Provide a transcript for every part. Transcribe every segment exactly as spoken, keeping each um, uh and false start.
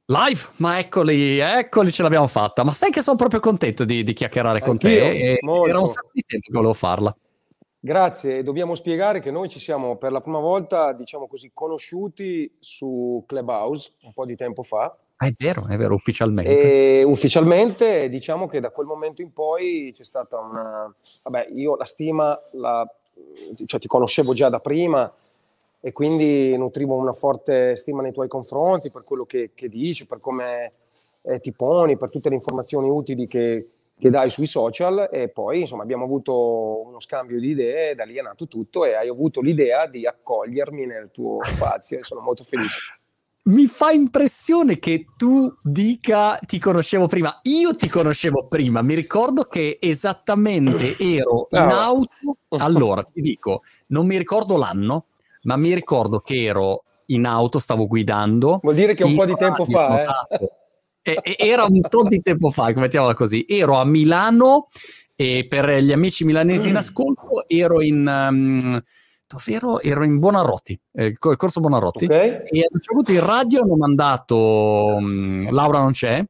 Live, ma eccoli, eccoli, ce l'abbiamo fatta. Ma sai che sono proprio contento di, di chiacchierare con Anch'io, te, e molto. era un sacco di tempo che volevo farla. Grazie, dobbiamo spiegare che noi ci siamo per la prima volta, diciamo così, conosciuti su Clubhouse un po' di tempo fa. Ah, è vero, è vero, ufficialmente. E ufficialmente diciamo che da quel momento in poi c'è stata una... Vabbè, io la stima, la... cioè ti conoscevo già da prima e quindi nutrivo una forte stima nei tuoi confronti per quello che, che dici, per come eh, ti poni, per tutte le informazioni utili che, che dai sui social, e poi insomma abbiamo avuto uno scambio di idee, da lì è nato tutto e hai avuto l'idea di accogliermi nel tuo spazio e sono molto felice. Mi fa impressione che tu dica ti conoscevo prima. Io ti conoscevo prima, mi ricordo che esattamente ero in Ah, auto. Allora, ti dico, non mi ricordo l'anno, ma mi ricordo che ero in auto, stavo guidando. Vuol dire che un in po' di tempo radio ho fa, notato- eh? e- e- era un po' di tempo fa, mettiamola così. Ero a Milano e per gli amici milanesi in ascolto ero in... um, dov'ero? Ero in Buonarroti, eh, il corso Buonarroti. Ok. E a un certo punto in radio hanno mandato um, Laura non c'è,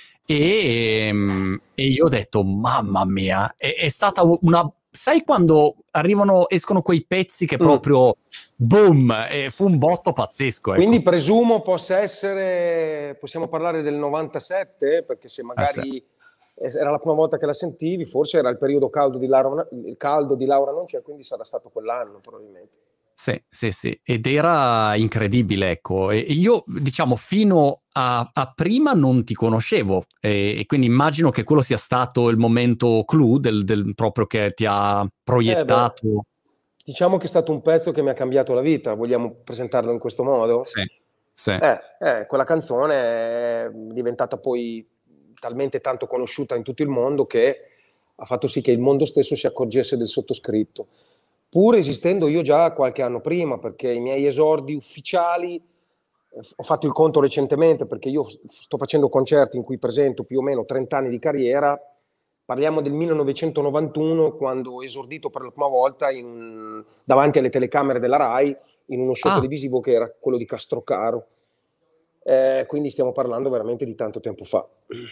e, um, e io ho detto mamma mia, è, è stata una... Sai quando arrivano, escono quei pezzi che proprio boom, e fu un botto pazzesco, ecco. Quindi presumo possa essere, possiamo parlare del novantasette, perché se magari Eh sì. era la prima volta che la sentivi, forse era il periodo caldo di Laura, il caldo di Laura non c'è, quindi sarà stato quell'anno probabilmente. Sì, sì, sì, ed era incredibile, ecco. E io, diciamo, fino a, a prima non ti conoscevo, e, e quindi immagino che quello sia stato il momento clou del, del proprio che ti ha proiettato. Eh beh, diciamo che è stato un pezzo che mi ha cambiato la vita, vogliamo presentarlo in questo modo? Sì, sì. Eh, eh, quella canzone è diventata poi talmente tanto conosciuta in tutto il mondo che ha fatto sì che il mondo stesso si accorgesse del sottoscritto. Pur esistendo io già qualche anno prima, perché i miei esordi ufficiali, ho fatto il conto recentemente perché io sto facendo concerti in cui presento più o meno trenta anni di carriera, parliamo del millenovecentonovantuno, quando ho esordito per la prima volta in, davanti alle telecamere della Rai in uno show Ah. televisivo che era quello di Castrocaro. Eh, quindi stiamo parlando veramente di tanto tempo fa.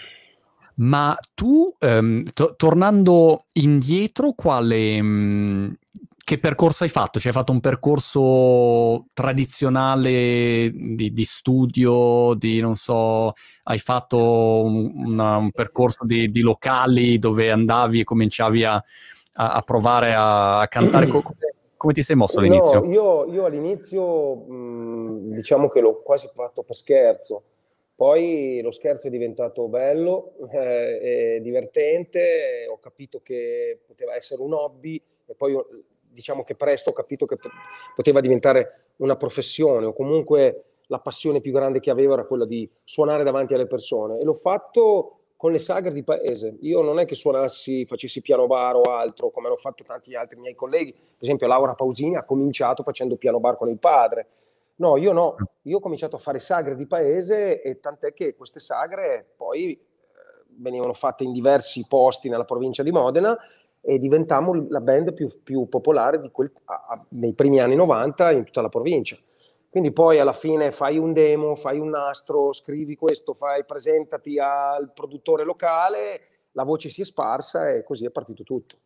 Ma tu, ehm, to- tornando indietro, quale, mh, che percorso hai fatto? Cioè, hai fatto un percorso tradizionale di, di studio, di non so, hai fatto un, una- un percorso di, di locali dove andavi e cominciavi a, a- a provare a, a cantare? Co- come, come ti sei mosso all'inizio? No, io, io all'inizio mh, diciamo che l'ho quasi fatto per scherzo. Poi lo scherzo è diventato bello, eh, e divertente, ho capito che poteva essere un hobby e poi diciamo che presto ho capito che poteva diventare una professione, o comunque la passione più grande che avevo era quella di suonare davanti alle persone, e l'ho fatto con le sagre di paese. Io non è che suonassi, facessi piano bar o altro, come hanno fatto tanti altri miei colleghi. Per esempio Laura Pausini ha cominciato facendo piano bar con il padre. No, io no, io ho cominciato a fare sagre di paese, e tant'è che queste sagre poi eh, venivano fatte in diversi posti nella provincia di Modena e diventammo la band più, più popolare di quel, a, a, nei primi anni novanta in tutta la provincia. Quindi poi alla fine fai un demo, fai un nastro, scrivi questo, fai, presentati al produttore locale, la voce si è sparsa e così è partito tutto.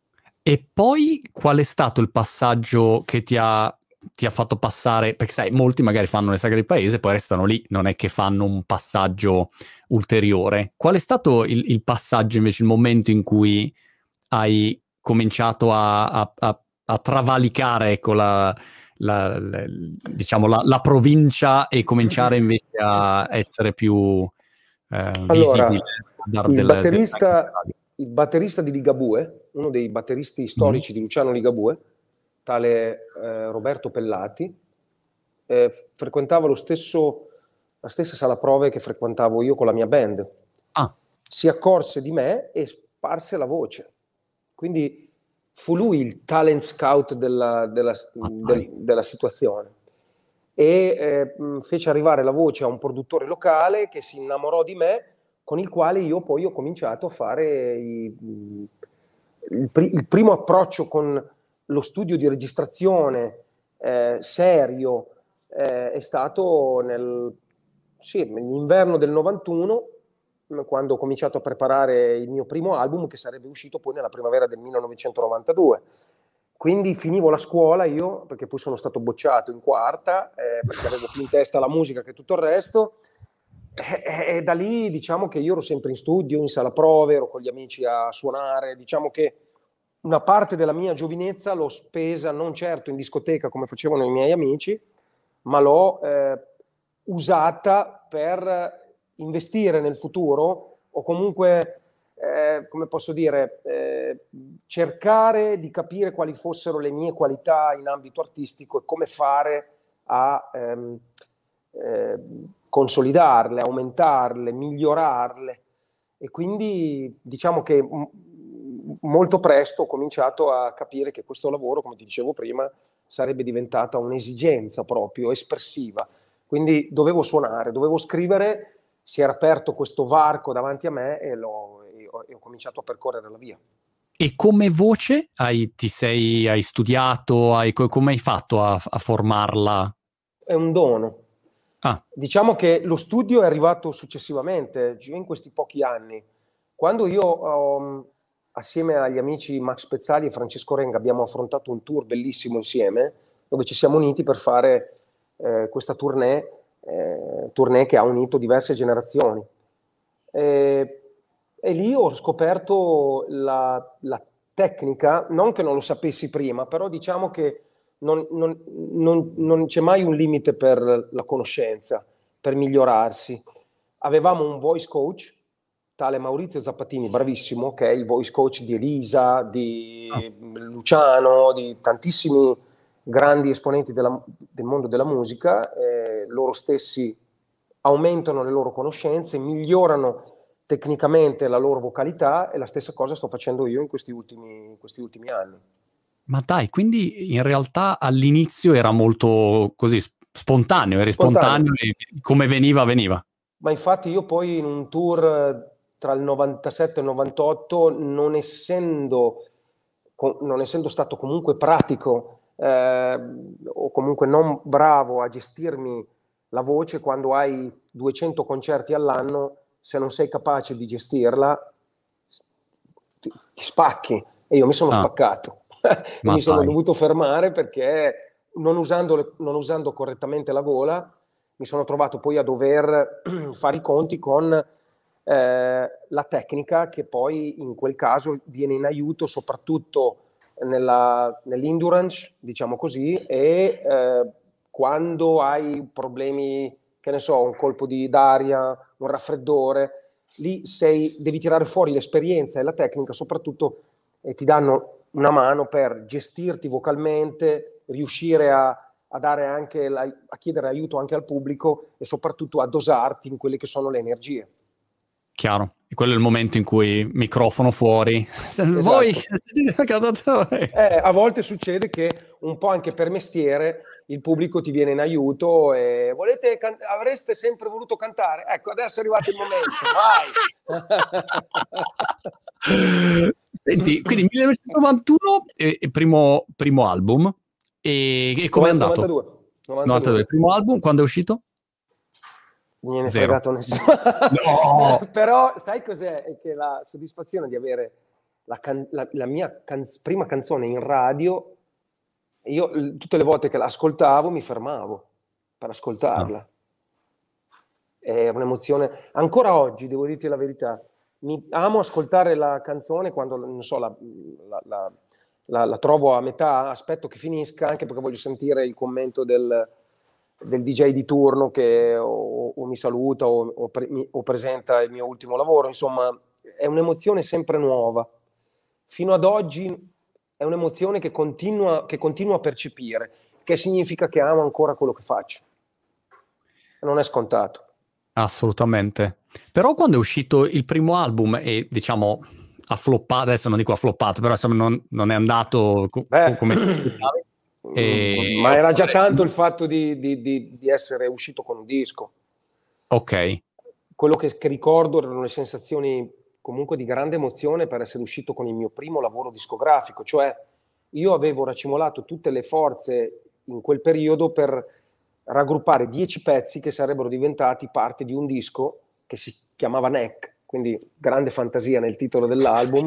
E poi qual è stato il passaggio che ti ha, ti ha fatto passare? Perché sai, molti magari fanno le sagre di paese e poi restano lì, non è che fanno un passaggio ulteriore. Qual è stato il, il passaggio invece, il momento in cui hai cominciato a, a, a, a travalicare, ecco, la, la, la- diciamo, la, la provincia, e cominciare invece a essere più eh, visibile, Allora, a dar il del, del- anche in batterista, radio? il batterista di Ligabue, uno dei batteristi Mhm. storici di Luciano Ligabue, tale eh, Roberto Pellati, eh, frequentava lo stesso, la stessa sala prove che frequentavo io con la mia band. Ah. Si accorse di me e sparse la voce. Quindi fu lui il talent scout della, della, del, della situazione. E eh, fece arrivare la voce a un produttore locale che si innamorò di me, con il quale io poi ho cominciato a fare i, il, il primo approccio con lo studio di registrazione eh, serio, eh, è stato nel sì, l'inverno del novantuno, quando ho cominciato a preparare il mio primo album, che sarebbe uscito poi nella primavera del millenovecentonovantadue. Quindi finivo la scuola io, perché poi sono stato bocciato in quarta, eh, perché avevo più in testa la musica che tutto il resto, e, e da lì diciamo che io ero sempre in studio, in sala prove, ero con gli amici a suonare, diciamo che una parte della mia giovinezza l'ho spesa non certo in discoteca come facevano i miei amici, ma l'ho eh, usata per investire nel futuro o comunque, eh, come posso dire, eh, cercare di capire quali fossero le mie qualità in ambito artistico e come fare a ehm, eh, consolidarle, aumentarle, migliorarle. E quindi diciamo che m- molto presto ho cominciato a capire che questo lavoro, come ti dicevo prima, sarebbe diventata un'esigenza proprio espressiva. Quindi dovevo suonare, dovevo scrivere, si era aperto questo varco davanti a me e, l'ho, e ho, e ho cominciato a percorrere la via. E come voce hai, ti sei, hai studiato, hai, come hai fatto a, a formarla? È un dono. Ah, Diciamo che lo studio è arrivato successivamente, in questi pochi anni. Quando io, um, assieme agli amici Max Pezzali e Francesco Renga, abbiamo affrontato un tour bellissimo insieme, dove ci siamo uniti per fare eh, questa tournée, eh, tournée che ha unito diverse generazioni. E, e lì ho scoperto la, la tecnica, non che non lo sapessi prima, però diciamo che non, non, non, non c'è mai un limite per la conoscenza, per migliorarsi. Avevamo un voice coach, tale Maurizio Zappatini, bravissimo, che è il voice coach di Elisa, ah, di Luciano, di tantissimi grandi esponenti della, del mondo della musica. Eh, loro stessi aumentano le loro conoscenze, migliorano tecnicamente la loro vocalità, e la stessa cosa sto facendo io in questi ultimi, in questi ultimi anni. ma dai, quindi in realtà all'inizio era molto così spontaneo, eri Spontaneo. spontaneo e come veniva, veniva. Ma infatti io poi in un tour tra il novantasette e il novantotto, non essendo, non essendo stato comunque pratico eh, o comunque non bravo a gestirmi la voce, quando hai duecento concerti all'anno, se non sei capace di gestirla, ti, ti spacchi. E io mi sono Ah, spaccato e ma mi sono dai, dovuto fermare perché non usando, le, non usando correttamente la gola, mi sono trovato poi a dover fare i conti con eh, la tecnica, che poi in quel caso viene in aiuto soprattutto nella, nell'endurance, diciamo così, e eh, quando hai problemi, che ne so, un colpo di d'aria, un raffreddore, lì sei, devi tirare fuori l'esperienza e la tecnica soprattutto, e ti danno una mano per gestirti vocalmente, riuscire a, a dare anche la, a chiedere aiuto anche al pubblico e soprattutto a dosarti in quelle che sono le energie. chiaro. E quello è il momento in cui microfono fuori. Voi Esatto. siete cantatori. Eh, a volte succede che un po' anche per mestiere il pubblico ti viene in aiuto e volete can- avreste sempre voluto cantare? Ecco, adesso è arrivato il momento, vai! Senti, quindi millenovecentonovantuno, eh, primo, primo album, e, e come è andato? novantadue. novantadue, il novantadue. primo album, quando è uscito? Non gliene è Zero. fregato nessuno. No! Però sai cos'è? È che la soddisfazione di avere la, can- la, la mia can- prima canzone in radio, io l- tutte le volte che la ascoltavo mi fermavo per Ah, ascoltarla. È un'emozione. Ancora oggi, devo dirti la verità, mi amo ascoltare la canzone quando, non so, la, la- la- la- la trovo a metà, aspetto che finisca, anche perché voglio sentire il commento del, del D J di turno che o, o mi saluta o, o pre- mi- o presenta il mio ultimo lavoro. Insomma, è un'emozione sempre nuova. Fino ad oggi è un'emozione che continua, che continuo a percepire, che significa che amo ancora quello che faccio. Non è scontato. assolutamente. Però quando è uscito il primo album e diciamo ha floppato, adesso non dico ha floppato, però insomma non, non è andato co- co- Beh, come ti aspettavi, e ma ho era fatto già delle- tanto il fatto di, di- di- di essere uscito con un disco. Ok, Quello che, che ricordo erano le sensazioni comunque di grande emozione per essere uscito con il mio primo lavoro discografico, cioè io avevo racimolato tutte le forze in quel periodo per raggruppare dieci pezzi che sarebbero diventati parte di un disco che si chiamava Neck, quindi grande fantasia nel titolo dell'album.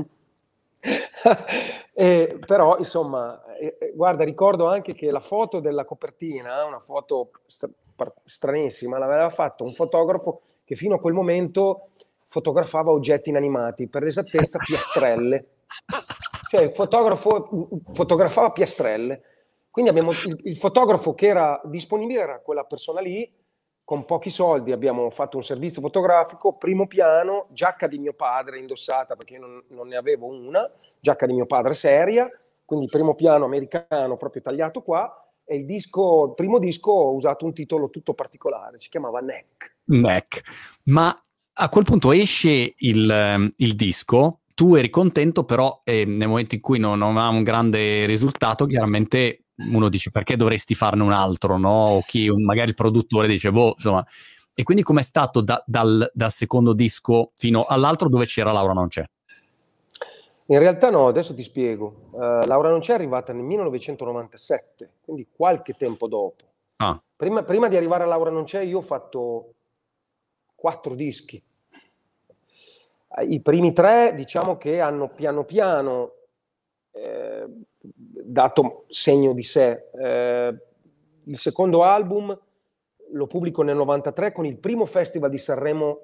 E, però insomma, eh, guarda, ricordo anche che la foto della copertina, una foto st- stranissima, l'aveva fatta un fotografo che fino a quel momento fotografava oggetti inanimati, per l'esattezza piastrelle, cioè il fotografo fotografava piastrelle, quindi abbiamo il, il fotografo che era disponibile era quella persona lì. Con pochi soldi abbiamo fatto un servizio fotografico, primo piano, giacca di mio padre indossata, perché io non, non ne avevo una, giacca di mio padre seria, quindi primo piano americano proprio tagliato qua, e il disco, il primo disco ho usato un titolo tutto particolare, si chiamava Neck. Neck. Ma a quel punto esce il, il disco, tu eri contento, però eh, nel momento in cui non, non aveva un grande risultato, chiaramente uno dice perché dovresti farne un altro, no? O chi, magari il produttore dice, boh, insomma. E quindi com'è stato da, dal, dal secondo disco fino all'altro dove c'era Laura non c'è? In realtà no, adesso ti spiego. Uh, Laura non c'è è arrivata nel millenovecentonovantasette, quindi qualche tempo dopo. Ah. Prima, prima di arrivare a Laura non c'è io ho fatto quattro dischi. I primi tre diciamo che hanno piano piano eh, dato segno di sé. Eh, il secondo album lo pubblico nel novantatré con il primo festival di Sanremo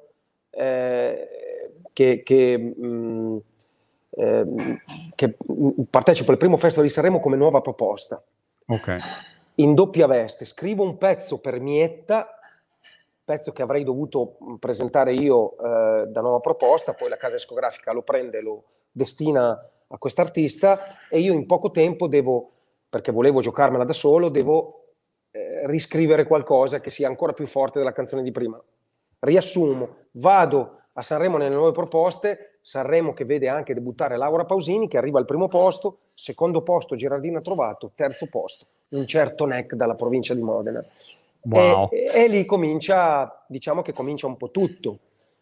eh, che, che, mh, eh, che partecipo al primo festival di Sanremo come nuova proposta. Ok. In doppia veste. Scrivo un pezzo per Mietta, pezzo che avrei dovuto presentare io eh, da nuova proposta, poi la casa discografica lo prende e lo destina a quest'artista e io in poco tempo devo, perché volevo giocarmela da solo, devo eh, riscrivere qualcosa che sia ancora più forte della canzone di prima. Riassumo, vado a Sanremo nelle nuove proposte, Sanremo che vede anche debuttare Laura Pausini che arriva al primo posto, secondo posto Gerardina Trovato, terzo posto un certo Neck dalla provincia di Modena. Wow. E, e, e lì comincia, diciamo che comincia un po' tutto.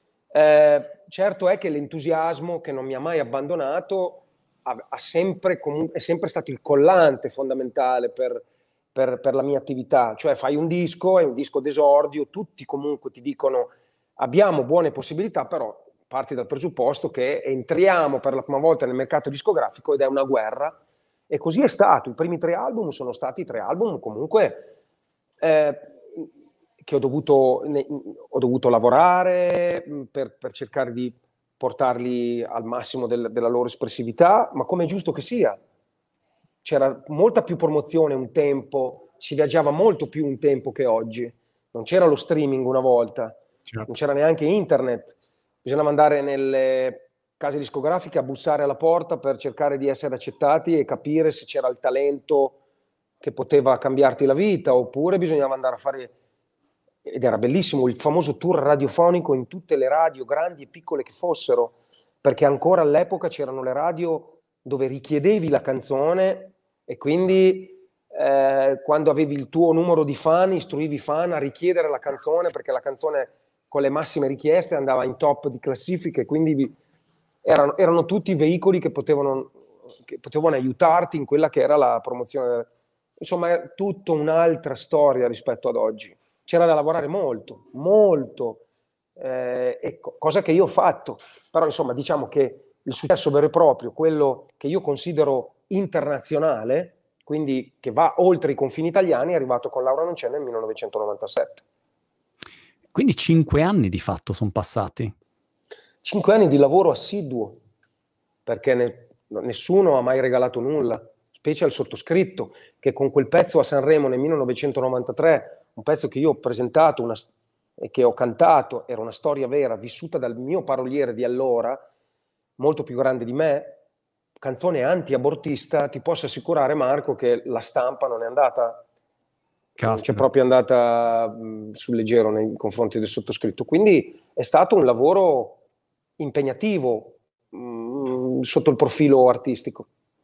Eh, certo è che l'entusiasmo che non mi ha mai abbandonato ha, ha sempre comun- è sempre stato il collante fondamentale per, per, per la mia attività. Cioè fai un disco, è un disco d'esordio, tutti comunque ti dicono abbiamo buone possibilità, però parti dal presupposto che entriamo per la prima volta nel mercato discografico ed è una guerra. E così è stato. I primi tre album sono stati tre album comunque eh, che ho dovuto, ne, ho dovuto lavorare per, per cercare di portarli al massimo del, della loro espressività, ma come è giusto che sia. C'era molta più promozione un tempo, si viaggiava molto più un tempo che oggi. Non c'era lo streaming una volta, certo. Non c'era neanche internet. Bisognava andare nelle case discografiche a bussare alla porta per cercare di essere accettati e capire se c'era il talento che poteva cambiarti la vita, oppure bisognava andare a fare, ed era bellissimo, il famoso tour radiofonico in tutte le radio, grandi e piccole che fossero, perché ancora all'epoca c'erano le radio dove richiedevi la canzone e quindi eh, quando avevi il tuo numero di fan, istruivi i fan a richiedere la canzone, perché la canzone con le massime richieste andava in top di classifiche, quindi vi, Erano, erano tutti veicoli che potevano, che potevano aiutarti in quella che era la promozione. Insomma, è tutta un'altra storia rispetto ad oggi. C'era da lavorare molto, molto, eh, e co- cosa che io ho fatto. Però, insomma, diciamo che il successo vero e proprio, quello che io considero internazionale, quindi che va oltre i confini italiani, è arrivato con Laura non c'è nel millenovecentonovantasette. Quindi cinque anni di fatto sono passati? Cinque anni di lavoro assiduo, perché ne, nessuno ha mai regalato nulla, specie al sottoscritto, che con quel pezzo a Sanremo nel millenovecentonovantatré, un pezzo che io ho presentato una, e che ho cantato, era una storia vera, vissuta dal mio paroliere di allora, molto più grande di me, canzone anti-abortista, ti posso assicurare, Marco, che la stampa non è andata, non c'è proprio andata mh, sul leggero nei confronti del sottoscritto. Quindi è stato un lavoro impegnativo mh, sotto il profilo artistico.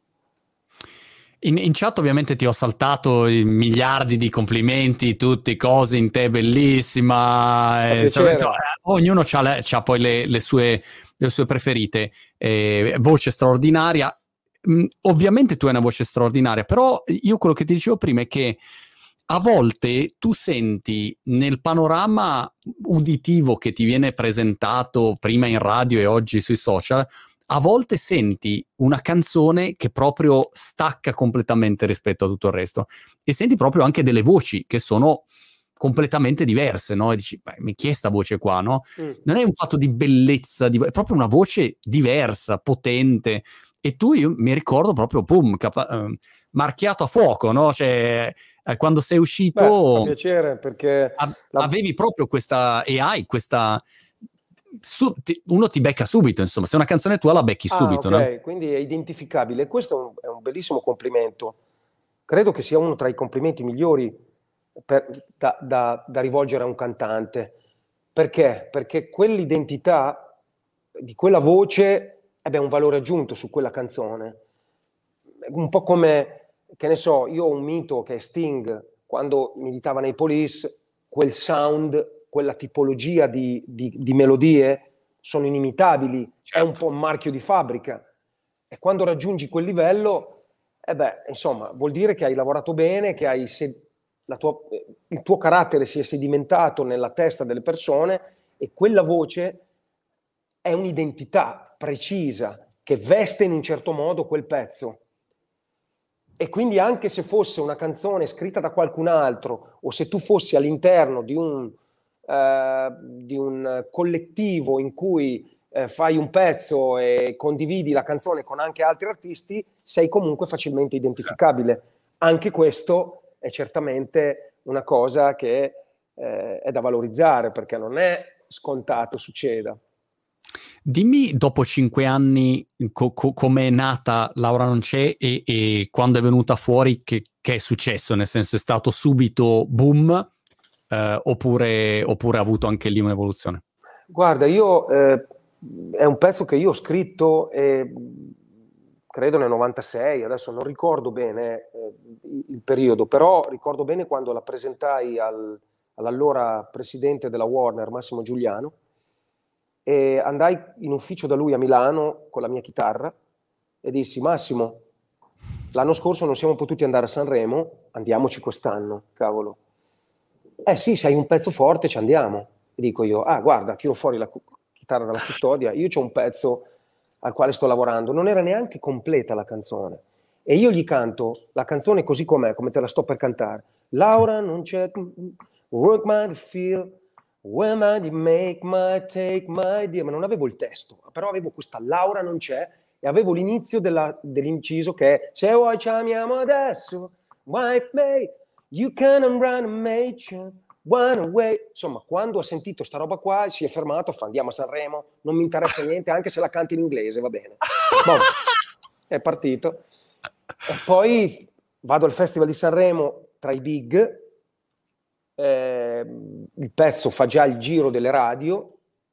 In, in chat ovviamente ti ho saltato i miliardi di complimenti, tutti cose in te bellissima, eh, insomma, insomma, ognuno ha poi le, le, sue, le sue preferite, eh, voce straordinaria, mh, ovviamente tu hai una voce straordinaria, però io quello che ti dicevo prima è che a volte tu senti nel panorama uditivo che ti viene presentato prima in radio e oggi sui social, a volte senti una canzone che proprio stacca completamente rispetto a tutto il resto, e senti proprio anche delle voci che sono completamente diverse, no? E dici, beh, chi è sta voce qua, no? Mm. Non è un fatto di bellezza, di... è proprio una voce diversa, potente. E tu, io mi ricordo proprio, pum, capa- eh, marchiato a fuoco, no? Cioè, eh, quando sei uscito... Beh, fa piacere perché... a- la... avevi proprio questa... e hai questa... Su, ti, uno ti becca subito, insomma. Se una canzone tua la becchi Ah, subito, ok, no? quindi è identificabile. Questo è un, è un bellissimo complimento. Credo che sia uno tra i complimenti migliori per- da, da- da rivolgere a un cantante. Perché? Perché quell'identità di quella voce ebbe un valore aggiunto su quella canzone. Un po' come, che ne so, io ho un mito che è Sting, quando militava nei Police, quel sound, quella tipologia di, di, di melodie sono inimitabili, è un po' un marchio di fabbrica. E quando raggiungi quel livello, eh beh, insomma, vuol dire che hai lavorato bene, che hai se- la tua, il tuo carattere si è sedimentato nella testa delle persone, e quella voce è un'identità precisa che veste in un certo modo quel pezzo. E quindi anche se fosse una canzone scritta da qualcun altro, o se tu fossi all'interno di un, eh, di un collettivo in cui eh, fai un pezzo e condividi la canzone con anche altri artisti, sei comunque facilmente identificabile. Anche questo è certamente una cosa che eh, è da valorizzare, perché non è scontato succeda. Dimmi, dopo cinque anni, co- co- come è nata Laura Non C'è, e, e quando è venuta fuori, che, che è successo? Nel senso, è stato subito boom, eh, oppure, oppure ha avuto anche lì un'evoluzione? Guarda, io eh, è un pezzo che io ho scritto, eh, credo nel novantasei, adesso non ricordo bene eh, il periodo, però ricordo bene quando la presentai al, all'allora presidente della Warner, Massimo Giuliano, e andai in ufficio da lui a Milano con la mia chitarra e dissi: Massimo, l'anno scorso non siamo potuti andare a Sanremo, andiamoci quest'anno, cavolo. Eh sì, se hai un pezzo forte ci andiamo. E dico io: ah, guarda, tiro fuori la cu- chitarra dalla custodia, io c'ho un pezzo al quale sto lavorando, non era neanche completa la canzone. E io gli canto la canzone così com'è, come te la sto per cantare. Laura non c'è, work my feel, when my make my take my dear, ma non avevo il testo, però avevo questa Laura non c'è, e avevo l'inizio della, dell'inciso che è: se vuoi ci amiamo adesso, wipe me, you can run a major, one away. Insomma, quando ha sentito sta roba qua si è fermato, fa: andiamo a Sanremo, non mi interessa niente, anche se la canti in inglese, va bene. Boh, è partito. E poi vado al Festival di Sanremo tra i big, eh, il pezzo fa già il giro delle radio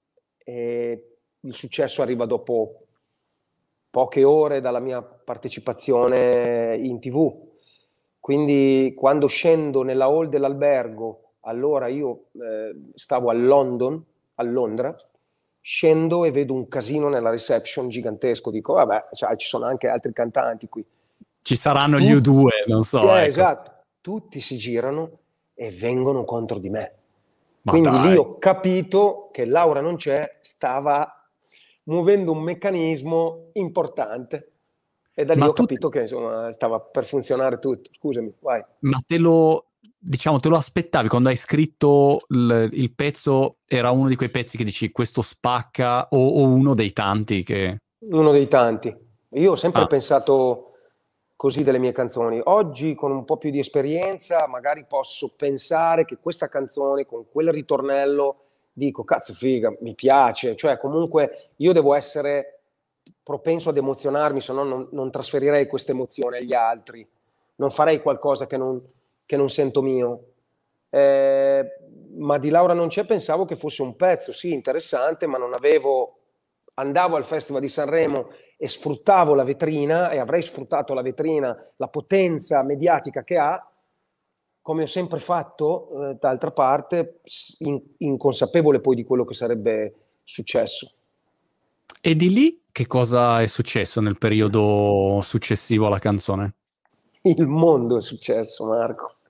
e il successo arriva dopo poche ore dalla mia partecipazione in tivù. Quindi quando scendo nella hall dell'albergo, allora io eh, stavo a London, a Londra, scendo e vedo un casino nella reception gigantesco, dico vabbè, cioè, ci sono anche altri cantanti qui. Ci saranno Tutti, gli U due, non so, eh, ecco. esatto, tutti si girano e vengono contro di me. Ma Quindi dai. lì ho capito che Laura Non C'è stava muovendo un meccanismo importante, e da lì Ma ho tu, capito che insomma stava per funzionare tutto. Scusami, vai. ma te lo, diciamo, te lo aspettavi quando hai scritto il, il pezzo? Era uno di quei pezzi che dici questo spacca, o, o uno dei tanti che... Uno dei tanti. Io ho sempre Ah, pensato così delle mie canzoni. Oggi, con un po' più di esperienza, magari posso pensare che questa canzone, con quel ritornello, dico, cazzo figa, mi piace. Cioè, comunque, io devo essere propenso ad emozionarmi, se no non, non trasferirei questa emozione agli altri. Non farei qualcosa che non, che non sento mio. Eh, ma di Laura Non C'è pensavo che fosse un pezzo, sì, interessante, ma non avevo... Andavo al Festival di Sanremo e sfruttavo la vetrina, e avrei sfruttato la vetrina, la potenza mediatica che ha, come ho sempre fatto, eh, d'altra parte, in- inconsapevole poi di quello che sarebbe successo. e di lì che cosa è successo nel periodo successivo alla canzone? Il mondo è successo, Marco.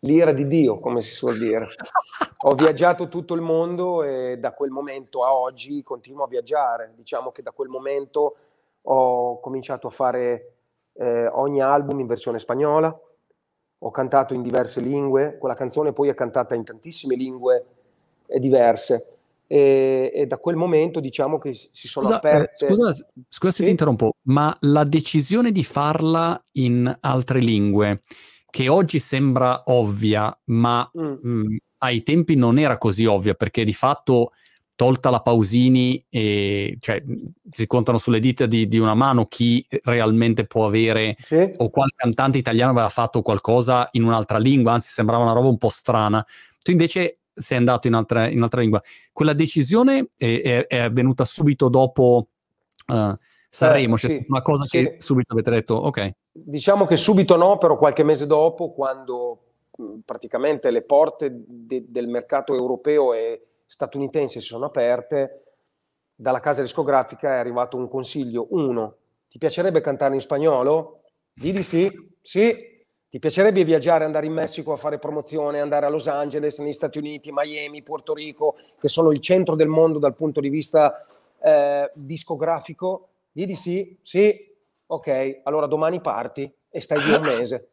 l'ira di Dio, come si suol dire. Ho viaggiato tutto il mondo e da quel momento a oggi continuo a viaggiare. Diciamo che da quel momento ho cominciato a fare eh, ogni album in versione spagnola, ho cantato in diverse lingue, quella canzone poi è cantata in tantissime lingue diverse. E, e da quel momento diciamo che si sono Scusa, eh, aperte. scusa, scusa se Sì? ti interrompo, ma la decisione di farla in altre lingue, che oggi sembra ovvia, ma Mm. mh, ai tempi non era così ovvia, perché di fatto, tolta la Pausini, e, cioè, si contano sulle dita di, di una mano chi realmente può avere, Sì? o quale cantante italiano aveva fatto qualcosa in un'altra lingua, anzi sembrava una roba un po' strana. Tu invece sei andato in altra, in altra lingua. Quella decisione è, è, è avvenuta subito dopo uh, Eh, Sanremo, c'è stata sì, una cosa sì. che subito avete detto, ok. Diciamo che subito no, però qualche mese dopo, quando mh, praticamente le porte de- del mercato europeo e statunitense si sono aperte, dalla casa discografica è arrivato un consiglio. Uno, ti piacerebbe cantare in spagnolo? Di di sì, sì. Ti piacerebbe viaggiare, andare in Messico a fare promozione, andare a Los Angeles, negli Stati Uniti, Miami, Porto Rico, che sono il centro del mondo dal punto di vista eh, discografico? Di di sì, sì. Ok, allora domani parti e stai via un mese.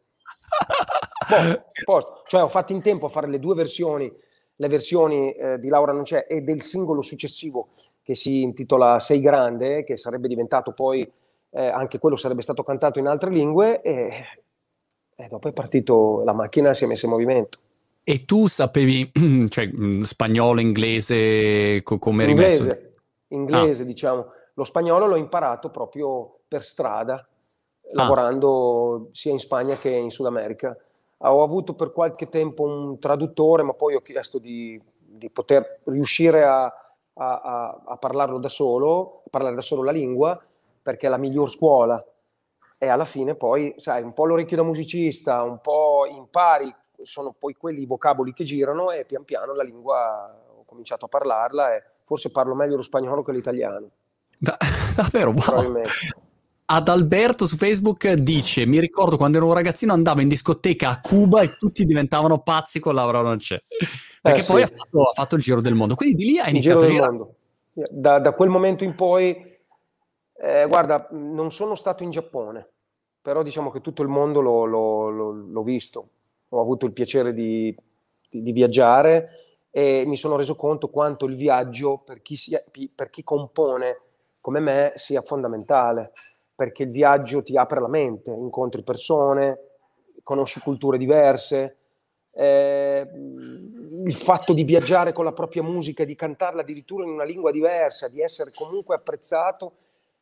Boh, posto. Cioè ho fatto in tempo a fare le due versioni, le versioni eh, di Laura non c'è e del singolo successivo che si intitola Sei grande, che sarebbe diventato poi, eh, anche quello sarebbe stato cantato in altre lingue e, e dopo è partito, la macchina si è messa in movimento. E tu sapevi, cioè, mh, spagnolo, inglese, co- come eri messo? Inglese, Ah, inglese diciamo. Lo spagnolo l'ho imparato proprio per strada, ah, lavorando sia in Spagna che in Sud America. Ho avuto per qualche tempo un traduttore, ma poi ho chiesto di, di poter riuscire a, a, a, a parlarlo da solo, a parlare da solo la lingua, perché è la miglior scuola. E alla fine poi, sai, un po' l'orecchio da musicista, un po' impari, sono poi quelli i vocaboli che girano e pian piano la lingua ho cominciato a parlarla e forse parlo meglio lo spagnolo che l'italiano, da- davvero, wow. probabilmente. Ad Alberto su Facebook dice: mi ricordo quando ero un ragazzino andavo in discoteca a Cuba e tutti diventavano pazzi con Laura non c'è, Eh perché poi ha sì, fatto, ha fatto il giro del mondo, quindi di lì ha il giro iniziato a del girare. mondo. Da, da quel momento in poi, eh, guarda, non sono stato in Giappone, però diciamo che tutto il mondo l'ho, l'ho- l'ho- l'ho visto. Ho avuto il piacere di, di- di viaggiare e mi sono reso conto quanto il viaggio per chi, sia- per chi compone come me sia fondamentale, perché il viaggio ti apre la mente, incontri persone, conosci culture diverse. Eh, il fatto di viaggiare con la propria musica, di cantarla addirittura in una lingua diversa, di essere comunque apprezzato,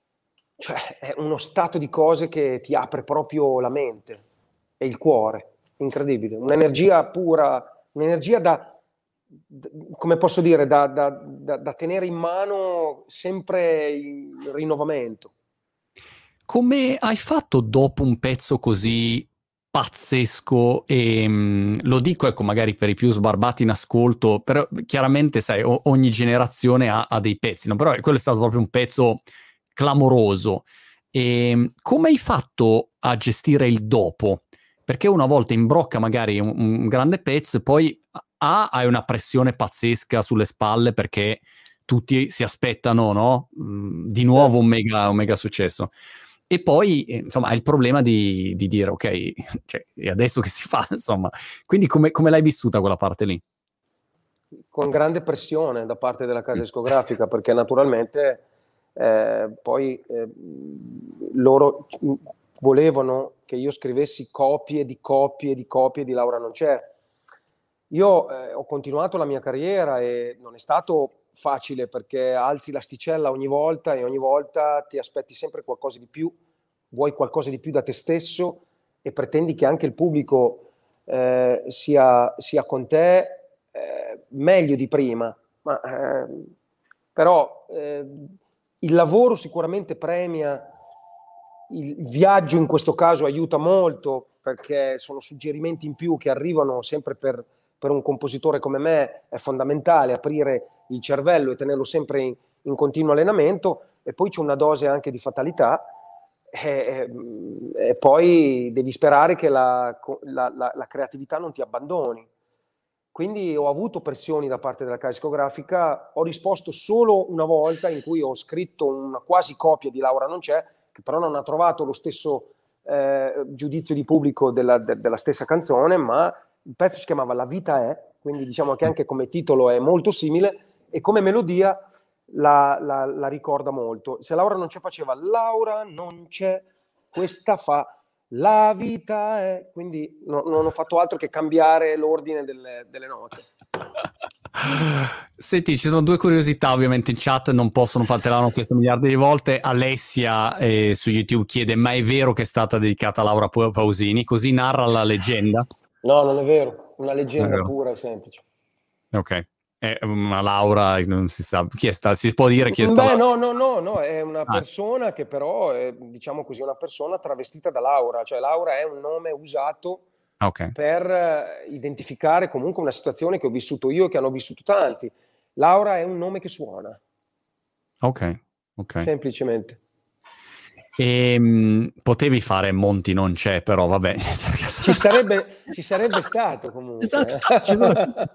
cioè è uno stato di cose che ti apre proprio la mente e il cuore, incredibile, un'energia pura, un'energia da, da come posso dire, da, da, da, da tenere in mano sempre in rinnovamento. Come hai fatto dopo un pezzo così pazzesco e mh, lo dico, ecco, magari per i più sbarbati in ascolto, però chiaramente sai, o- ogni generazione ha, ha dei pezzi, no? Però quello è stato proprio un pezzo clamoroso. E mh, come hai fatto a gestire il dopo? Perché una volta imbrocca magari un, un grande pezzo e poi A, hai una pressione pazzesca sulle spalle perché tutti si aspettano, no? Mm, di nuovo Certo. un mega, un mega successo. E poi, eh, insomma, hai il problema di, di dire, ok, cioè, e adesso che si fa, insomma. Quindi come, come l'hai vissuta quella parte lì? Con grande pressione da parte della casa discografica, perché naturalmente eh, poi eh, loro volevano che io scrivessi copie di copie di copie di Laura non c'è. Io eh, ho continuato la mia carriera e non è stato facile perché alzi l'asticella ogni volta e ogni volta ti aspetti sempre qualcosa di più, vuoi qualcosa di più da te stesso e pretendi che anche il pubblico eh, sia, sia con te eh, meglio di prima. Ma, eh, però eh, il lavoro sicuramente premia, il viaggio in questo caso aiuta molto perché sono suggerimenti in più che arrivano sempre per, per un compositore come me, è fondamentale aprire il cervello e tenerlo sempre in, in continuo allenamento e poi c'è una dose anche di fatalità e, e poi devi sperare che la, la, la, la creatività non ti abbandoni. Quindi ho avuto pressioni da parte della casa discografica, ho risposto solo una volta in cui ho scritto una quasi copia di Laura non c'è, che però non ha trovato lo stesso eh, giudizio di pubblico della, de, della stessa canzone, ma il pezzo si chiamava La vita è, quindi diciamo che anche come titolo è molto simile e come melodia la, la, la ricorda molto. Se Laura non c'è faceva Laura non c'è, questa fa La vita è, quindi no, non ho fatto altro che cambiare l'ordine delle, delle note. Senti, ci sono due curiosità ovviamente in chat, non possono fartela, l'hanno chiesto miliardi di volte. Alessia eh, su YouTube chiede: ma è vero che è stata dedicata a Laura Pausini? Così narra la leggenda? No, non è vero, una leggenda pura e semplice. Ok. È una Laura, non si sa chi è stata, si può dire chi è stata? Beh, la... no, no, no, no, è una persona ah. che però è, diciamo così, una persona travestita da Laura, cioè Laura è un nome usato okay. per identificare comunque una situazione che ho vissuto io e che hanno vissuto tanti. Laura è un nome che suona. Ok, ok. Semplicemente. E, mh, potevi fare Monti non c'è, però vabbè. Ci sarebbe, ci sarebbe stato comunque. Esatto, ci sono...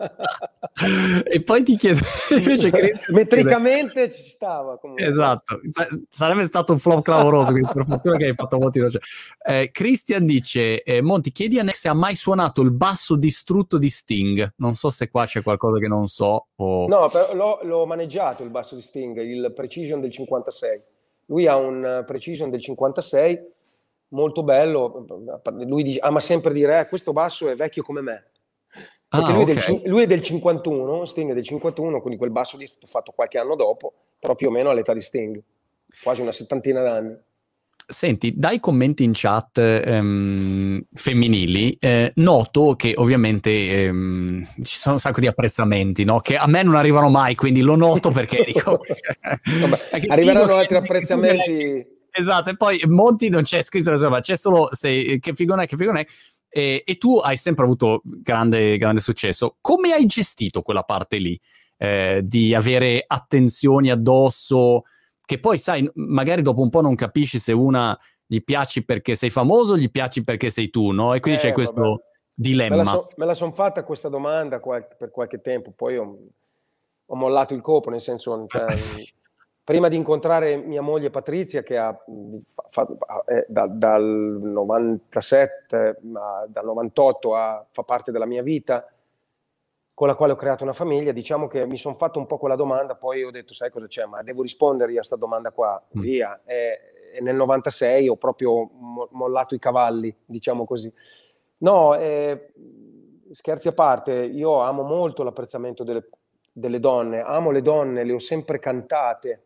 E poi ti chiedo invece Cristian metricamente chiede... ci stava comunque. Esatto, sarebbe stato un flop clamoroso, quindi per fortuna che hai fatto Monti non c'è. Eh, Cristian dice: eh, Monti, chiedi a Nex se ha mai suonato il basso distrutto di Sting. Non so se qua c'è qualcosa che non so o... No, però l'ho, l'ho maneggiato il basso di Sting, il Precision del cinquantasei. Lui ha un Precision del cinquantasei molto bello. Lui dice, ama sempre dire eh, questo basso è vecchio come me, perché ah, lui, okay. è del, lui è del cinquantuno, Sting è del cinquantuno, quindi quel basso lì è stato fatto qualche anno dopo, però più o meno all'età di Sting, quasi una settantina d'anni. Senti, dai commenti in chat ehm, femminili, eh, noto che ovviamente ehm, ci sono un sacco di apprezzamenti, no? Che a me non arrivano mai, quindi lo noto perché dico... Vabbè, arriveranno figo, altri apprezzamenti... Esatto, e poi Monti non c'è scritto, insomma, c'è solo se, che figo è, che figo è, e, e tu hai sempre avuto grande, grande successo. Come hai gestito quella parte lì? Eh, di avere attenzioni addosso... che poi sai, magari dopo un po' non capisci se una gli piaci perché sei famoso o gli piaci perché sei tu, no? E quindi eh, c'è questo vabbè. dilemma. Me la, so, me la son fatta questa domanda qual- per qualche tempo, poi ho, ho mollato il colpo, nel senso, cioè, prima di incontrare mia moglie Patrizia, che ha, fa, fa, eh, da, dal novantasette, a, dal novantotto a, fa parte della mia vita, con la quale ho creato una famiglia, diciamo che mi sono fatto un po' quella domanda, poi ho detto, sai cosa c'è, ma devo rispondere a questa domanda qua, mm. via. E, e nel novantasei ho proprio mo- mollato i cavalli, diciamo così. No, eh, scherzi a parte, io amo molto l'apprezzamento delle, delle donne, amo le donne, le ho sempre cantate,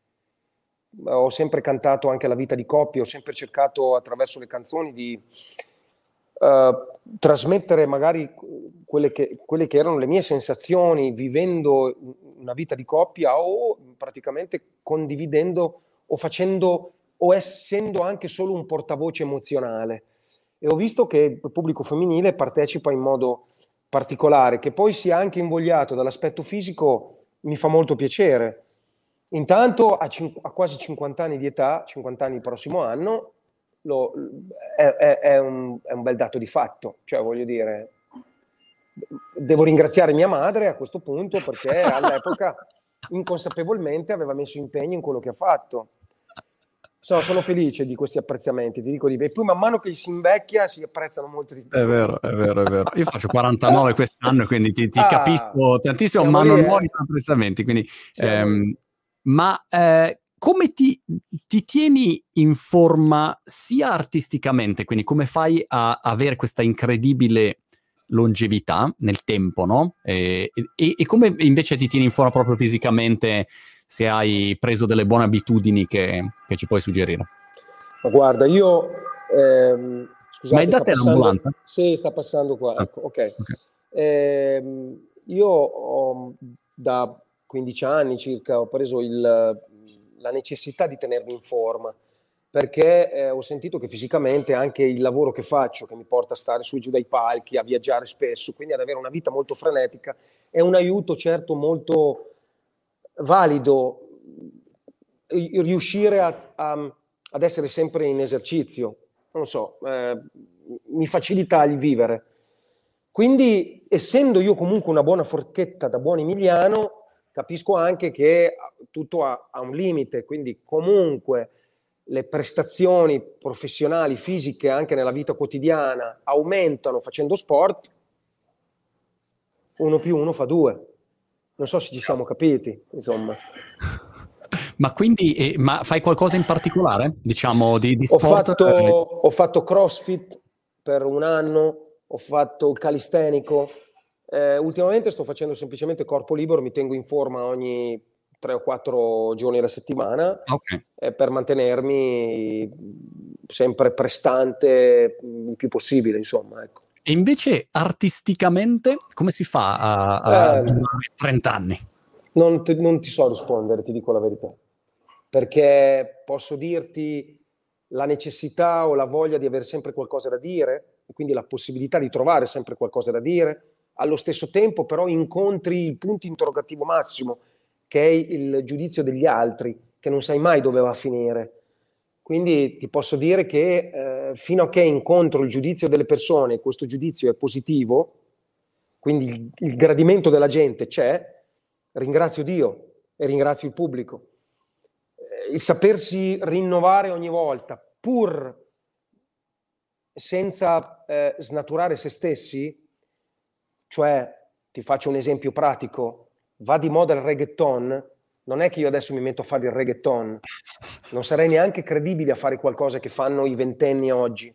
ho sempre cantato anche la vita di coppia, ho sempre cercato attraverso le canzoni di... Uh, trasmettere magari quelle che, quelle che erano le mie sensazioni vivendo una vita di coppia o praticamente condividendo o facendo o essendo anche solo un portavoce emozionale, e ho visto che il pubblico femminile partecipa in modo particolare, che poi sia anche invogliato dall'aspetto fisico mi fa molto piacere. Intanto a, cin- a quasi cinquanta anni di età, cinquanta anni il prossimo anno, Lo, è, è, è, un, è un bel dato di fatto, cioè voglio dire, devo ringraziare mia madre a questo punto perché all'epoca inconsapevolmente aveva messo impegno in quello che ha fatto. So, sono felice di questi apprezzamenti, ti dico di più. E poi man mano che si invecchia si apprezzano molto di più. È vero, è vero, è vero. Io faccio quarantanove quest'anno, quindi ti, ti ah, capisco tantissimo, ma non ho eh. apprezzamenti. Quindi, ehm, ma eh, come ti, ti tieni in forma sia artisticamente, quindi come fai a avere questa incredibile longevità nel tempo, no? E, e, e come invece ti tieni in forma proprio fisicamente, se hai preso delle buone abitudini che, che ci puoi suggerire? Ma guarda, io... Ehm, scusate, ma è da te l'ambulanza? Sì, sta passando qua, ah, ecco, ok. okay. Ehm, io ho, da quindici anni circa ho preso il, la necessità di tenermi in forma, perché eh, ho sentito che fisicamente anche il lavoro che faccio, che mi porta a stare su e giù dai palchi, a viaggiare spesso, quindi ad avere una vita molto frenetica, è un aiuto certo molto valido riuscire a, a, ad essere sempre in esercizio, non so, eh, mi facilita il vivere. Quindi, essendo io comunque una buona forchetta da buon emiliano, capisco anche che tutto ha, ha un limite, quindi comunque le prestazioni professionali, fisiche, anche nella vita quotidiana, aumentano facendo sport, uno più uno fa due. Non so se ci siamo capiti, insomma. Ma quindi, eh, ma fai qualcosa in particolare, diciamo, di, di Ho sport? fatto, ho fatto CrossFit per un anno, ho fatto calisthenico. Eh, ultimamente sto facendo semplicemente corpo libero, mi tengo in forma ogni tre o quattro giorni alla settimana, Okay. eh, per mantenermi sempre prestante il più possibile, insomma, ecco. E invece artisticamente come si fa a, a Eh, durare trenta anni? Non ti, non ti so rispondere, ti dico la verità, perché posso dirti la necessità o la voglia di avere sempre qualcosa da dire, e quindi la possibilità di trovare sempre qualcosa da dire, allo stesso tempo però incontri il punto interrogativo massimo, che è il giudizio degli altri, che non sai mai dove va a finire. Quindi ti posso dire che eh, fino a che incontro il giudizio delle persone, e questo giudizio è positivo, quindi il, il gradimento della gente c'è, ringrazio Dio e ringrazio il pubblico. Eh, il sapersi rinnovare ogni volta, pur senza eh, snaturare se stessi, cioè, ti faccio un esempio pratico, va di moda il reggaeton, non è che io adesso mi metto a fare il reggaeton, non sarei neanche credibile a fare qualcosa che fanno i ventenni oggi.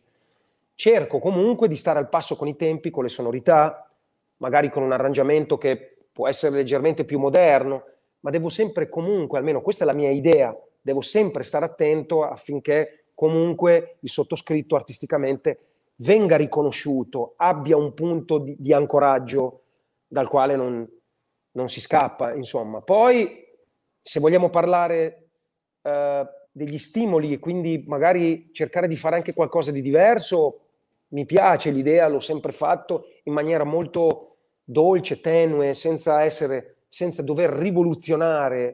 Cerco comunque di stare al passo con i tempi, con le sonorità, magari con un arrangiamento che può essere leggermente più moderno, ma devo sempre comunque, almeno questa è la mia idea, devo sempre stare attento affinché comunque il sottoscritto artisticamente venga riconosciuto, abbia un punto di, di ancoraggio dal quale non, non si scappa, insomma. Poi, se vogliamo parlare eh, degli stimoli e quindi magari cercare di fare anche qualcosa di diverso, mi piace l'idea, l'ho sempre fatto in maniera molto dolce, tenue, senza essere, senza dover rivoluzionare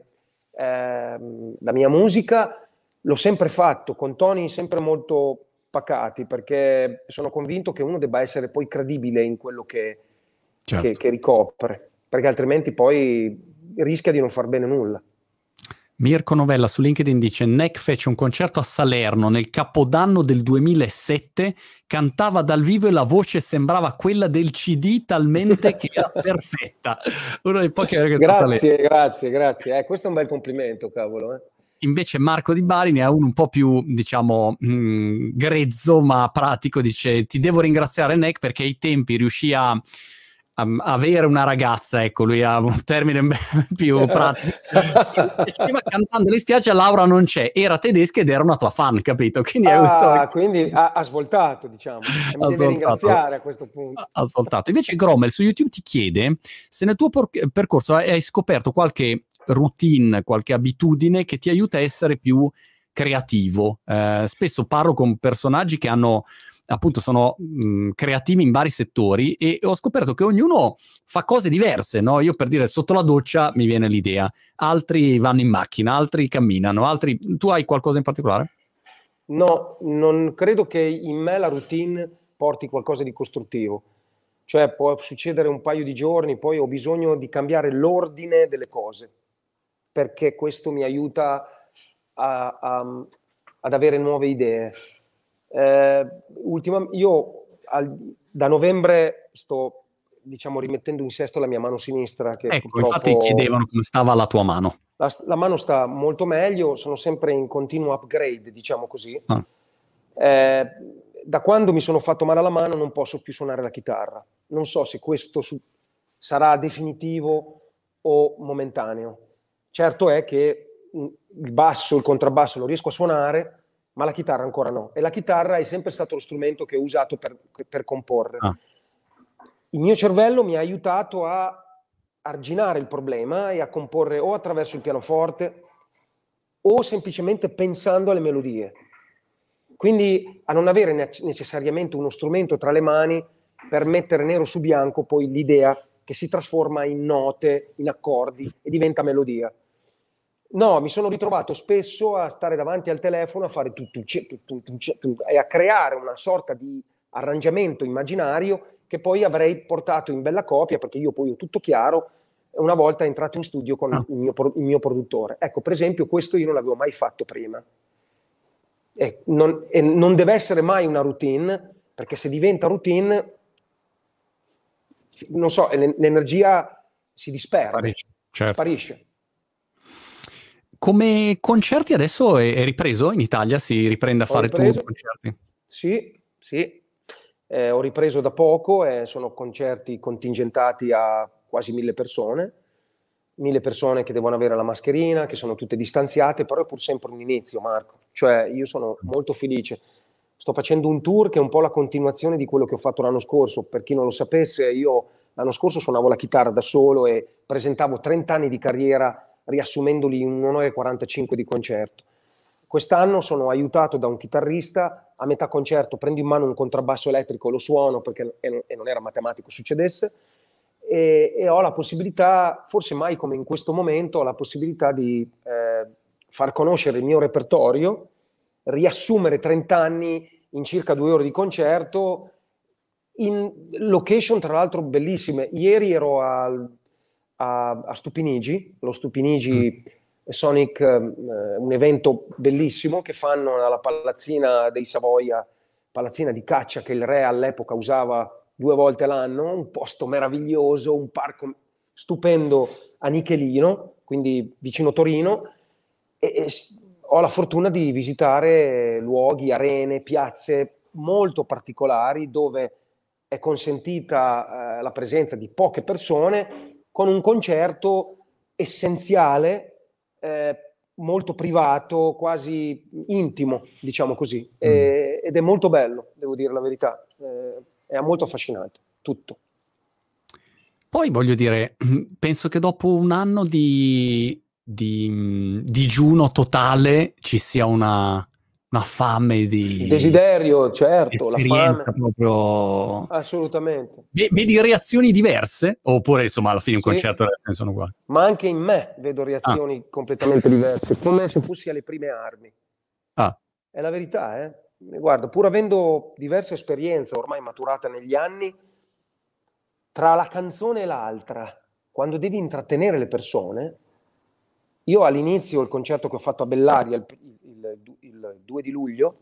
eh, la mia musica. L'ho sempre fatto con toni sempre molto pacati, perché sono convinto che uno debba essere poi credibile in quello che, Certo. che, che ricopre, perché altrimenti poi rischia di non far bene nulla. Mirko Novella su LinkedIn dice: Neck fece un concerto a Salerno nel capodanno del duemilasette, cantava dal vivo e la voce sembrava quella del C D talmente che era perfetta. Uno dei pochi che è stata lì. Grazie, grazie, grazie. Eh, questo è un bel complimento, cavolo. Eh. Invece Marco Di Bari ne ha uno un po' più, diciamo, mh, grezzo ma pratico. Dice: ti devo ringraziare Neck perché ai tempi riuscì a Um, avere una ragazza, ecco, lui ha un termine più pratico. Diceva, cantando le spiagge, Laura non c'è, era tedesca ed era una tua fan, capito? Quindi, ah, avuto... quindi ha, ha svoltato, diciamo, e mi ha deve svoltato. ringraziare a questo punto. Ha svoltato. Invece Grommel su YouTube ti chiede se nel tuo por- percorso hai scoperto qualche routine, qualche abitudine che ti aiuta a essere più creativo. Eh, spesso parlo con personaggi che hanno appunto sono mh, creativi in vari settori e ho scoperto che ognuno fa cose diverse, no? Io per dire sotto la doccia mi viene l'idea, altri vanno in macchina, altri camminano, altri... Tu hai qualcosa in particolare? No, non credo che in me la routine porti qualcosa di costruttivo. Cioè può succedere un paio di giorni, poi ho bisogno di cambiare l'ordine delle cose, perché questo mi aiuta a, a, ad avere nuove idee. Eh, ultima, io al, da novembre sto, diciamo, rimettendo in sesto la mia mano sinistra, che ecco, purtroppo... infatti chiedevano come stava la tua mano. La, la mano sta molto meglio, sono sempre in continuo upgrade, diciamo così. Ah. Eh, da quando mi sono fatto male alla mano non posso più suonare la chitarra. Non so se questo su, sarà definitivo o momentaneo. Certo è che il basso, il contrabbasso lo riesco a suonare, ma la chitarra ancora no. E la chitarra è sempre stato lo strumento che ho usato per, per comporre. Ah. Il mio cervello mi ha aiutato a arginare il problema e a comporre o attraverso il pianoforte o semplicemente pensando alle melodie. Quindi a non avere necessariamente uno strumento tra le mani per mettere nero su bianco poi l'idea che si trasforma in note, in accordi e diventa melodia. No, mi sono ritrovato spesso a stare davanti al telefono a fare tutto e a creare una sorta di arrangiamento immaginario che poi avrei portato in bella copia, perché io poi ho tutto chiaro una volta entrato in studio con Ah. il, mio, il mio produttore. Ecco, per esempio, questo io non l'avevo mai fatto prima. E non, e non deve essere mai una routine, perché se diventa routine, non so, l'energia si disperde, Sparisce, certo. sparisce. Come concerti adesso è, è ripreso in Italia? Si riprende a Ho fare ripreso, tour, concerti? Sì, sì. Eh, ho ripreso da poco e sono concerti contingentati a quasi mille persone, mille persone che devono avere la mascherina, che sono tutte distanziate, però è pur sempre un inizio, Marco. Cioè, io sono molto felice. Sto facendo un tour che è un po' la continuazione di quello che ho fatto l'anno scorso. Per chi non lo sapesse, io l'anno scorso suonavo la chitarra da solo e presentavo trenta anni di carriera riassumendoli in un'ora e quarantacinque di concerto. Quest'anno sono aiutato da un chitarrista, a metà concerto prendo in mano un contrabbasso elettrico, lo suono perché e non era matematico succedesse, e, e ho la possibilità, forse mai come in questo momento, ho la possibilità di eh, far conoscere il mio repertorio, riassumere trenta anni in circa due ore di concerto, in location tra l'altro bellissime. Ieri ero al, a, a Stupinigi, lo Stupinigi mm. Sonic, eh, un evento bellissimo che fanno alla Palazzina dei Savoia, palazzina di caccia che il re all'epoca usava due volte l'anno, un posto meraviglioso, un parco stupendo a Nichelino, quindi vicino Torino, e, e ho la fortuna di visitare luoghi, arene, piazze molto particolari dove è consentita eh, la presenza di poche persone con un concerto essenziale, eh, molto privato, quasi intimo, diciamo così, e, ed è molto bello, devo dire la verità, eh, è molto affascinante, tutto. Poi voglio dire, penso che dopo un anno di, di digiuno totale ci sia una, una fame di... Il desiderio, certo, la esperienza fame. proprio... Assolutamente. Vedi reazioni diverse? Oppure insomma alla fine un Sì, concerto sono uguali? ma anche in me vedo reazioni ah. completamente diverse, come se fossi alle prime armi. Ah. È la verità, eh? Guarda, pur avendo diverse esperienze ormai maturate negli anni, tra la canzone e l'altra, quando devi intrattenere le persone, io all'inizio, il concerto che ho fatto a Bellaria il, il, il, il due di luglio,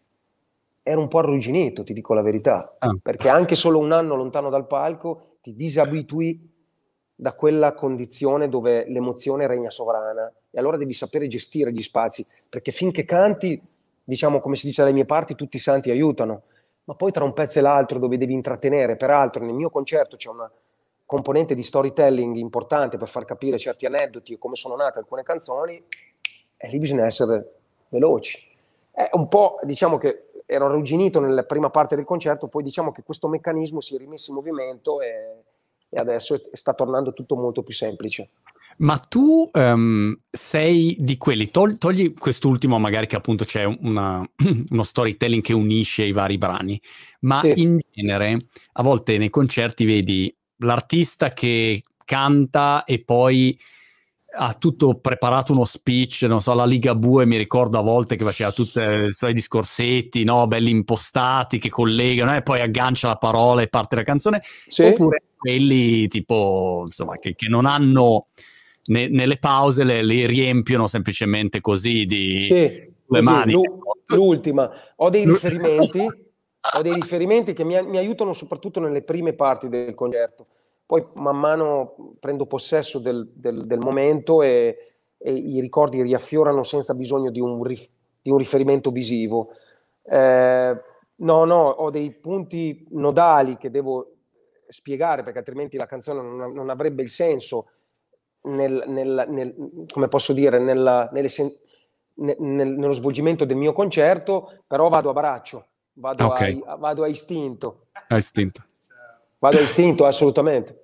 ero un po' arrugginito, ti dico la verità, ah. perché anche solo un anno lontano dal palco ti disabitui da quella condizione dove l'emozione regna sovrana e allora devi sapere gestire gli spazi, perché finché canti, diciamo come si dice dalle mie parti, tutti i santi aiutano, ma poi tra un pezzo e l'altro dove devi intrattenere, peraltro nel mio concerto c'è una componente di storytelling importante per far capire certi aneddoti e come sono nate alcune canzoni, e lì bisogna essere veloci. È un po', diciamo che ero arrugginito nella prima parte del concerto, poi diciamo che questo meccanismo si è rimesso in movimento e, e adesso è, sta tornando tutto molto più semplice. Ma tu um, sei di quelli, togli, togli quest'ultimo magari che appunto c'è una, uno storytelling che unisce i vari brani, ma sì. In genere a volte nei concerti vedi l'artista che canta e poi ha tutto preparato uno speech, non so, la Ligabue mi ricordo a volte che faceva tutti i suoi discorsetti, no, belli impostati, che collegano e poi aggancia la parola e parte la canzone, sì. Oppure quelli tipo, insomma, che, che non hanno ne, nelle pause, le, le riempiono semplicemente così di sì, due mani. L'ultima, ho dei riferimenti, ho dei riferimenti che mi, mi aiutano soprattutto nelle prime parti del concerto. Poi man mano prendo possesso del, del, del momento e, e i ricordi riaffiorano senza bisogno di un, rif, di un riferimento visivo. Eh, no, no, ho dei punti nodali che devo spiegare perché altrimenti la canzone non, non avrebbe il senso nel, nel, nel, come posso dire, nella, nelle, nel, nello svolgimento del mio concerto, però vado a braccio, vado, okay. a, vado a istinto. A istinto. Vado a istinto, assolutamente.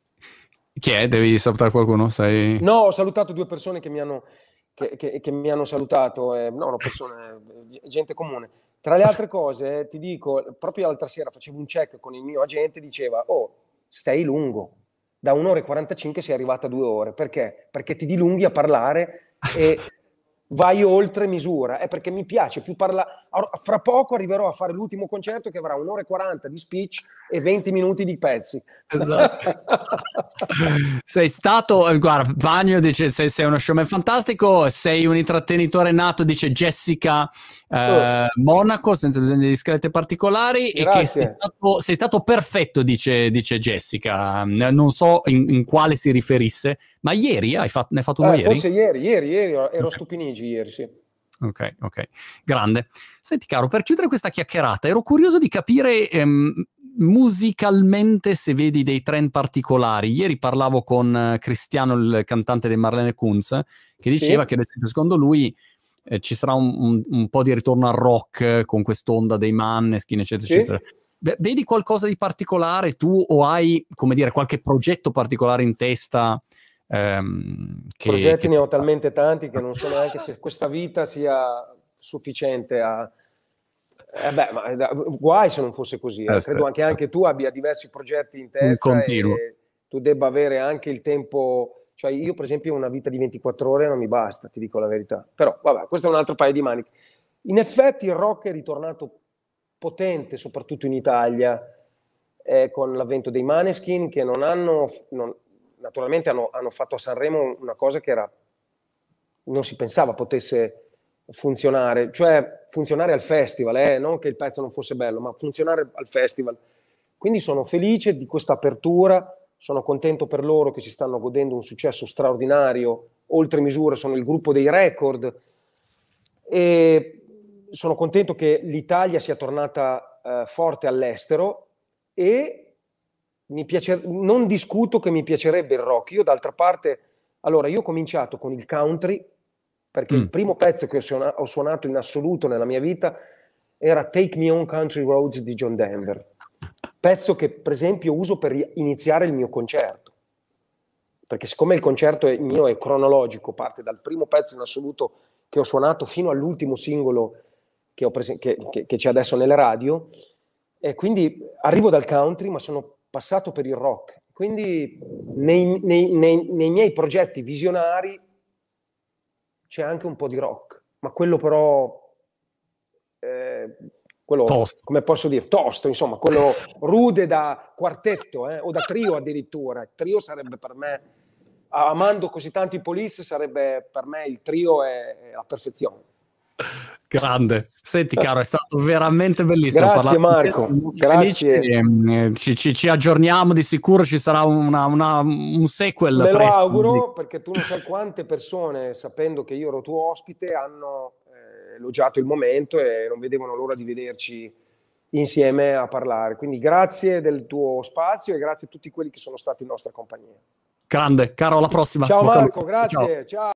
Chi è? Devi salutare qualcuno? Sei... No, ho salutato due persone che mi hanno, che, che, che mi hanno salutato, eh, no, no, persone, gente comune. Tra le altre cose, eh, ti dico, proprio l'altra sera facevo un check con il mio agente, diceva, oh, stai lungo, da un'ora e quarantacinque sei arrivata a due ore. Perché? Perché ti dilunghi a parlare e vai oltre misura, è perché mi piace più parlare. Fra poco arriverò a fare l'ultimo concerto che avrà un'ora e quaranta di speech e venti minuti di pezzi. Esatto. Sei stato, guarda, Bagno dice sei, sei uno showman fantastico, sei un intrattenitore nato, dice Jessica eh, oh. Monaco, senza bisogno di discrete particolari. Grazie. E che sei stato, sei stato perfetto, dice, dice Jessica. Non so in, in quale si riferisse, ma ieri hai fatto, ne hai fatto uno eh, ieri? Forse ieri, ieri, ieri ero okay. Stupinigi ieri, sì. Ok, ok, grande. Senti caro, per chiudere questa chiacchierata, ero curioso di capire ehm, musicalmente se vedi dei trend particolari. Ieri parlavo con uh, Cristiano, il cantante dei Marlene Kunz, che diceva sì. che ad esempio secondo lui eh, ci sarà un, un, un po' di ritorno al rock eh, con quest'onda dei Maneskin, eccetera, sì. eccetera. V- vedi qualcosa di particolare tu o hai, come dire, qualche progetto particolare in testa? Ehm, che, Progetti che ne ho talmente tanti che non so neanche se questa vita sia sufficiente a... Eh beh, ma da, guai se non fosse così. Eh. Eh, Credo sì, anche, anche sì. tu abbia diversi progetti in testa e tu debba avere anche il tempo. Cioè io per esempio una vita di ventiquattro ore non mi basta, ti dico la verità. Però vabbè, questo è un altro paio di maniche. In effetti il rock è ritornato potente, soprattutto in Italia, eh, con l'avvento dei Maneskin che non hanno... Non, naturalmente hanno, hanno fatto a Sanremo una cosa che era non si pensava potesse funzionare, cioè funzionare al festival, eh? Non che il pezzo non fosse bello, ma funzionare al festival. Quindi sono felice di questa apertura, sono contento per loro che si stanno godendo un successo straordinario, oltre misura, sono il gruppo dei record e sono contento che l'Italia sia tornata eh, forte all'estero e mi piace, non discuto che mi piacerebbe il rock. Io d'altra parte, allora io ho cominciato con il country perché mm. il primo pezzo che ho, suona, ho suonato in assoluto nella mia vita era Take Me On Country Roads di John Denver, pezzo che per esempio uso per iniziare il mio concerto, perché siccome il concerto è, mio è cronologico, parte dal primo pezzo in assoluto che ho suonato fino all'ultimo singolo che, ho presen- che, che, che c'è adesso nelle radio, e quindi arrivo dal country ma sono passato per il rock, quindi nei, nei, nei, nei miei progetti visionari c'è anche un po' di rock, ma quello però eh, quello, tosto. come posso dire, tosto, insomma, quello rude da quartetto eh, o da trio addirittura. Il trio sarebbe per me, amando così tanti Police, sarebbe per me il trio è, è la perfezione. Grande. Senti caro, è stato veramente bellissimo. Grazie Marco, grazie. E, ci, ci, ci aggiorniamo, di sicuro ci sarà una, una, un sequel. Me presto. lo auguro, perché tu non sai quante persone, sapendo che io ero tuo ospite, hanno eh, elogiato il momento e non vedevano l'ora di vederci insieme a parlare. Quindi grazie del tuo spazio e grazie a tutti quelli che sono stati in nostra compagnia. Grande, caro, alla prossima. Ciao Marco, grazie. Ciao. Ciao.